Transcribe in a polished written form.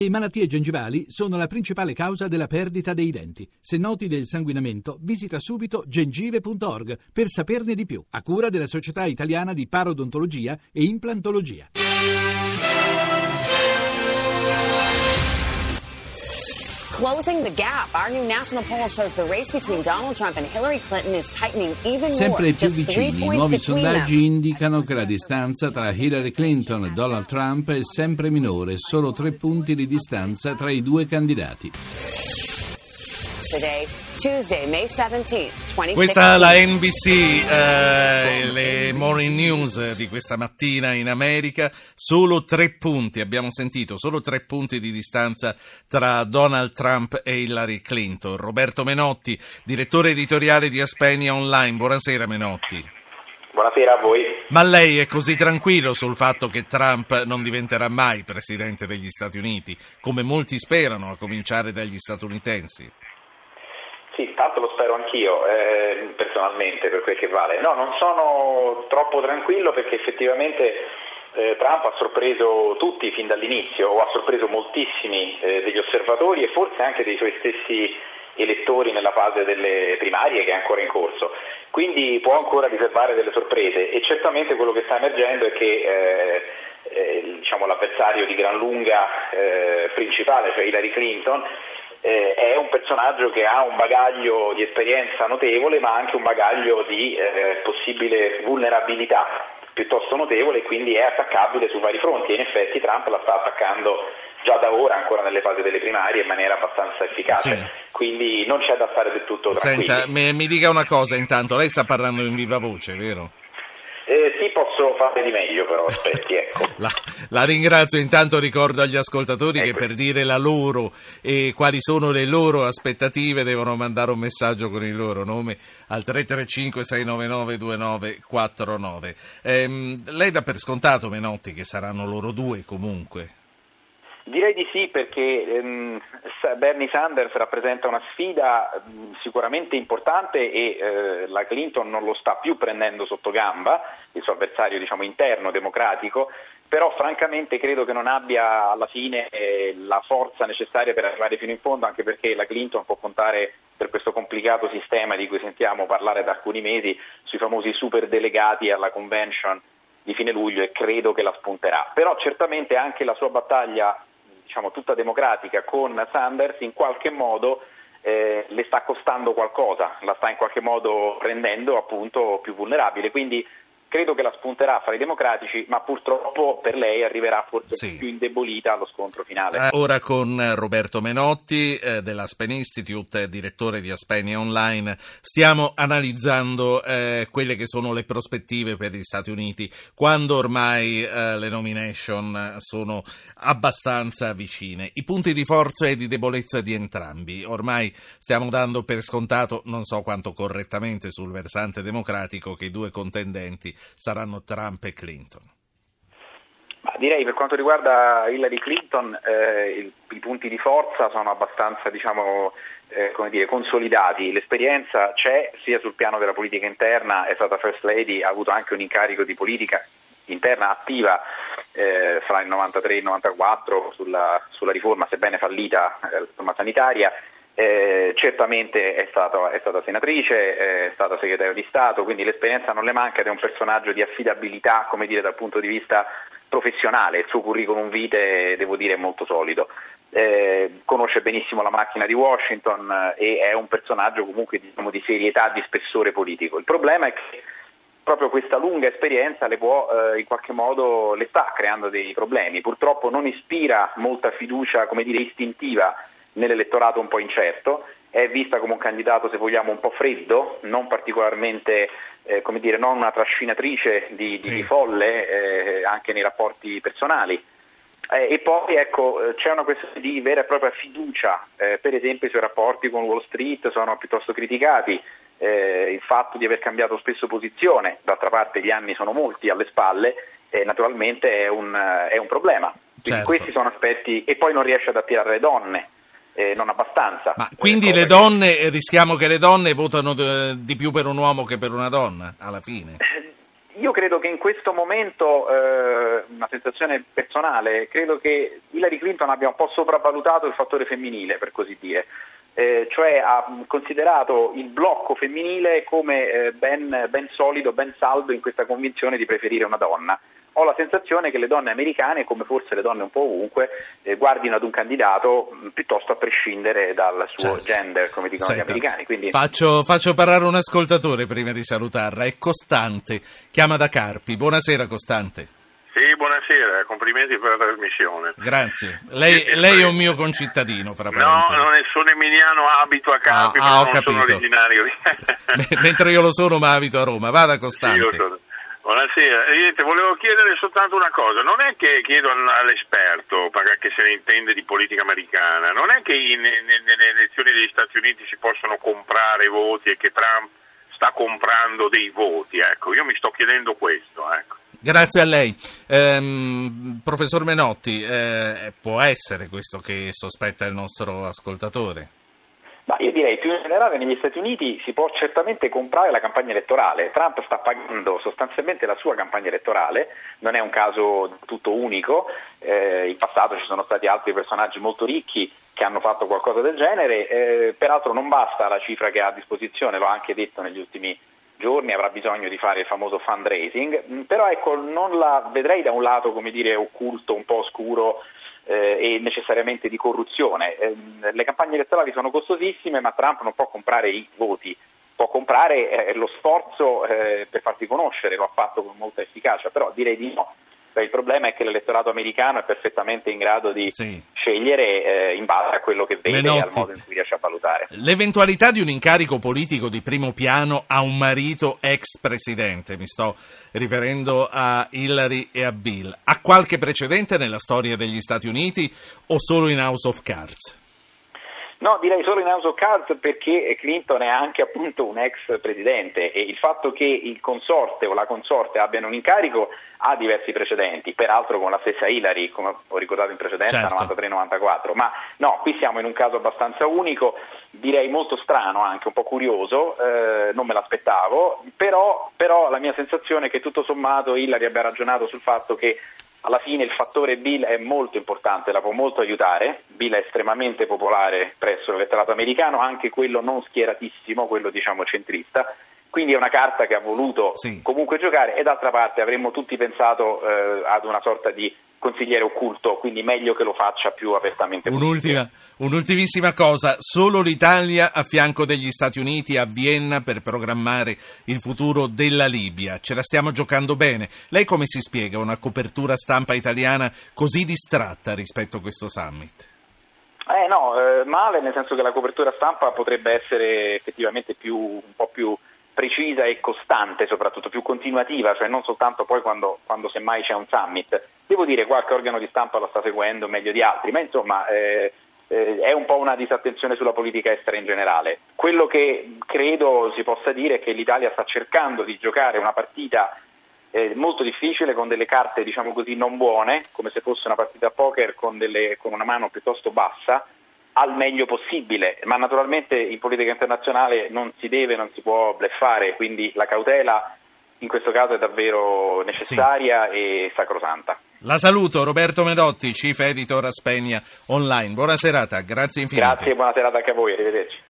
Le malattie gengivali sono la principale causa della perdita dei denti. Se noti del sanguinamento, visita subito gengive.org per saperne di più, a cura della Società Italiana di Parodontologia e Implantologia. Closing the gap. Our new national poll shows the race between Donald Trump and Hillary Clinton is tightening even more. Sempre più Just 3 vicini, points nuovi between sondaggi them. indicano che la distanza tra Hillary Clinton e Donald Trump è sempre minore, solo 3 punti di distanza tra i due candidati. Today, Tuesday, May 17th, 2016. Questa è la NBC, le morning news di questa mattina in America. Solo 3 punti, abbiamo sentito, solo 3 punti di distanza tra Donald Trump e Hillary Clinton. Roberto Menotti, direttore editoriale di Aspenia Online. Buonasera Menotti. Buonasera a voi. Ma lei è così tranquillo sul fatto che Trump non diventerà mai presidente degli Stati Uniti, come molti sperano, a cominciare dagli statunitensi? Sì, tanto lo spero anch'io, personalmente, per quel che vale. No, non sono troppo tranquillo perché effettivamente Trump ha sorpreso tutti fin dall'inizio, o ha sorpreso moltissimi degli osservatori e forse anche dei suoi stessi elettori nella fase delle primarie che è ancora in corso. Quindi può ancora riservare delle sorprese e certamente quello che sta emergendo è che l'avversario di gran lunga principale, cioè Hillary Clinton, è un personaggio che ha un bagaglio di esperienza notevole, ma anche un bagaglio di possibile vulnerabilità piuttosto notevole, e quindi è attaccabile su vari fronti, e in effetti Trump la sta attaccando già da ora, ancora nelle fasi delle primarie, in maniera abbastanza efficace. Sì. Quindi non c'è da stare del tutto tranquilli. Senta, mi dica una cosa intanto, lei sta parlando in viva voce, vero? Sì, posso fare di meglio, però aspetti, ecco. La ringrazio. Intanto ricordo agli ascoltatori che per dire la loro e quali sono le loro aspettative devono mandare un messaggio con il loro nome al 335-699-2949. Lei dà per scontato, Menotti, che saranno loro due comunque? Direi di sì, perché Bernie Sanders rappresenta una sfida sicuramente importante e la Clinton non lo sta più prendendo sotto gamba, il suo avversario interno democratico, però francamente credo che non abbia alla fine la forza necessaria per arrivare fino in fondo, anche perché la Clinton può contare per questo complicato sistema di cui sentiamo parlare da alcuni mesi, sui famosi super delegati alla convention di fine luglio, e credo che la spunterà. Però certamente anche la sua battaglia tutta democratica con Sanders in qualche modo le sta costando qualcosa, la sta in qualche modo rendendo appunto più vulnerabile, quindi credo che la spunterà fra i democratici, ma purtroppo per lei arriverà forse più indebolita allo scontro finale. Ora con Roberto Menotti dell'Aspen Institute, direttore di Aspenia Online, stiamo analizzando quelle che sono le prospettive per gli Stati Uniti, quando ormai le nomination sono abbastanza vicine. I punti di forza e di debolezza di entrambi. Ormai stiamo dando per scontato, non so quanto correttamente sul versante democratico, che i due contendenti saranno Trump e Clinton. Ma direi, per quanto riguarda Hillary Clinton, i punti di forza sono abbastanza consolidati. L'esperienza c'è sia sul piano della politica interna, è stata First Lady, ha avuto anche un incarico di politica interna attiva fra il 93 e il 94 sulla riforma, sebbene fallita, della riforma sanitaria. Certamente è stata senatrice, è stata segretario di Stato, quindi l'esperienza non le manca ed è un personaggio di affidabilità, dal punto di vista professionale. Il suo curriculum vitae, devo dire, è molto solido. Conosce benissimo la macchina di Washington e è un personaggio comunque di serietà, di spessore politico. Il problema è che proprio questa lunga esperienza le in qualche modo le sta creando dei problemi. Purtroppo non ispira molta fiducia, istintiva nell'elettorato un po' incerto, è vista come un candidato, se vogliamo, un po' freddo, non particolarmente, non una trascinatrice di folle, anche nei rapporti personali. E poi c'è una questione di vera e propria fiducia, per esempio i suoi rapporti con Wall Street sono piuttosto criticati, il fatto di aver cambiato spesso posizione, d'altra parte gli anni sono molti alle spalle, naturalmente è un problema. Certo. Questi sono aspetti, e poi non riesce ad attirare le donne. Non abbastanza. Ma quindi le donne, rischiamo che le donne votano di più per un uomo che per una donna alla fine? Io credo che in questo momento, una sensazione personale, credo che Hillary Clinton abbia un po' sopravvalutato il fattore femminile, per così dire. Cioè ha considerato il blocco femminile come ben solido, ben saldo in questa convinzione di preferire una donna. Ho la sensazione che le donne americane, come forse le donne un po' ovunque, guardino ad un candidato piuttosto a prescindere dal suo gender, come dicono gli americani. Quindi... Faccio parlare un ascoltatore prima di salutarla, è Costante, chiama da Carpi. Buonasera Costante. Sì, buonasera, complimenti per la trasmissione. Grazie. Lei è un mio concittadino, fra parentesi. No, sono emiliano, abito a Carpi, ma non sono originario. Mentre io lo sono, ma abito a Roma. Vada Costante. Sì, io sono. Buonasera, volevo chiedere soltanto una cosa, non è che chiedo all'esperto che se ne intende di politica americana, non è che nelle elezioni degli Stati Uniti si possono comprare voti e che Trump sta comprando dei voti, ecco, io mi sto chiedendo questo, ecco. Grazie a lei. Professor Menotti, può essere questo che sospetta il nostro ascoltatore? Ma io direi più in generale negli Stati Uniti si può certamente comprare la campagna elettorale. Trump sta pagando sostanzialmente la sua campagna elettorale, non è un caso tutto unico, in passato ci sono stati altri personaggi molto ricchi che hanno fatto qualcosa del genere, peraltro non basta la cifra che ha a disposizione, l'ho anche detto negli ultimi giorni, avrà bisogno di fare il famoso fundraising, però ecco non la vedrei da un lato come dire occulto, un po' oscuro, e necessariamente di corruzione. Le campagne elettorali sono costosissime, ma Trump non può comprare i voti, può comprare lo sforzo per farsi conoscere, lo ha fatto con molta efficacia, però direi di no. Il problema è che l'elettorato americano è perfettamente in grado di scegliere in base a quello che vede e al modo in cui riesce a valutare. L'eventualità di un incarico politico di primo piano a un marito ex presidente, mi sto riferendo a Hillary e a Bill, ha qualche precedente nella storia degli Stati Uniti o solo in House of Cards? No, direi solo in House of Cards perché Clinton è anche appunto un ex presidente e il fatto che il consorte o la consorte abbiano un incarico ha diversi precedenti, peraltro con la stessa Hillary, come ho ricordato in precedenza, 93-94, ma no, qui siamo in un caso abbastanza unico, direi molto strano, anche un po' curioso, non me l'aspettavo, però la mia sensazione è che tutto sommato Hillary abbia ragionato sul fatto che alla fine il fattore Bill è molto importante, la può molto aiutare. Bill è estremamente popolare presso l'elettorato americano, anche quello non schieratissimo, quello diciamo centrista, quindi è una carta che ha voluto comunque giocare e d'altra parte avremmo tutti pensato ad una sorta di consigliere occulto, quindi meglio che lo faccia più apertamente possibile. Un'ultimissima cosa, solo l'Italia a fianco degli Stati Uniti a Vienna per programmare il futuro della Libia, ce la stiamo giocando bene. Lei come si spiega una copertura stampa italiana così distratta rispetto a questo summit? Male, nel senso che la copertura stampa potrebbe essere effettivamente un po' più precisa e costante, soprattutto più continuativa, cioè non soltanto poi quando semmai c'è un summit. Devo dire, qualche organo di stampa lo sta seguendo meglio di altri, ma insomma è un po' una disattenzione sulla politica estera in generale. Quello che credo si possa dire è che l'Italia sta cercando di giocare una partita molto difficile, con delle carte diciamo così non buone, come se fosse una partita a poker con una mano piuttosto bassa, al meglio possibile, ma naturalmente in politica internazionale non si si può bluffare, quindi la cautela in questo caso è davvero necessaria e sacrosanta. La saluto, Roberto Menotti, Chief Editor a Spegna Online. Buona serata, grazie infinite. Grazie, buona serata anche a voi, arrivederci.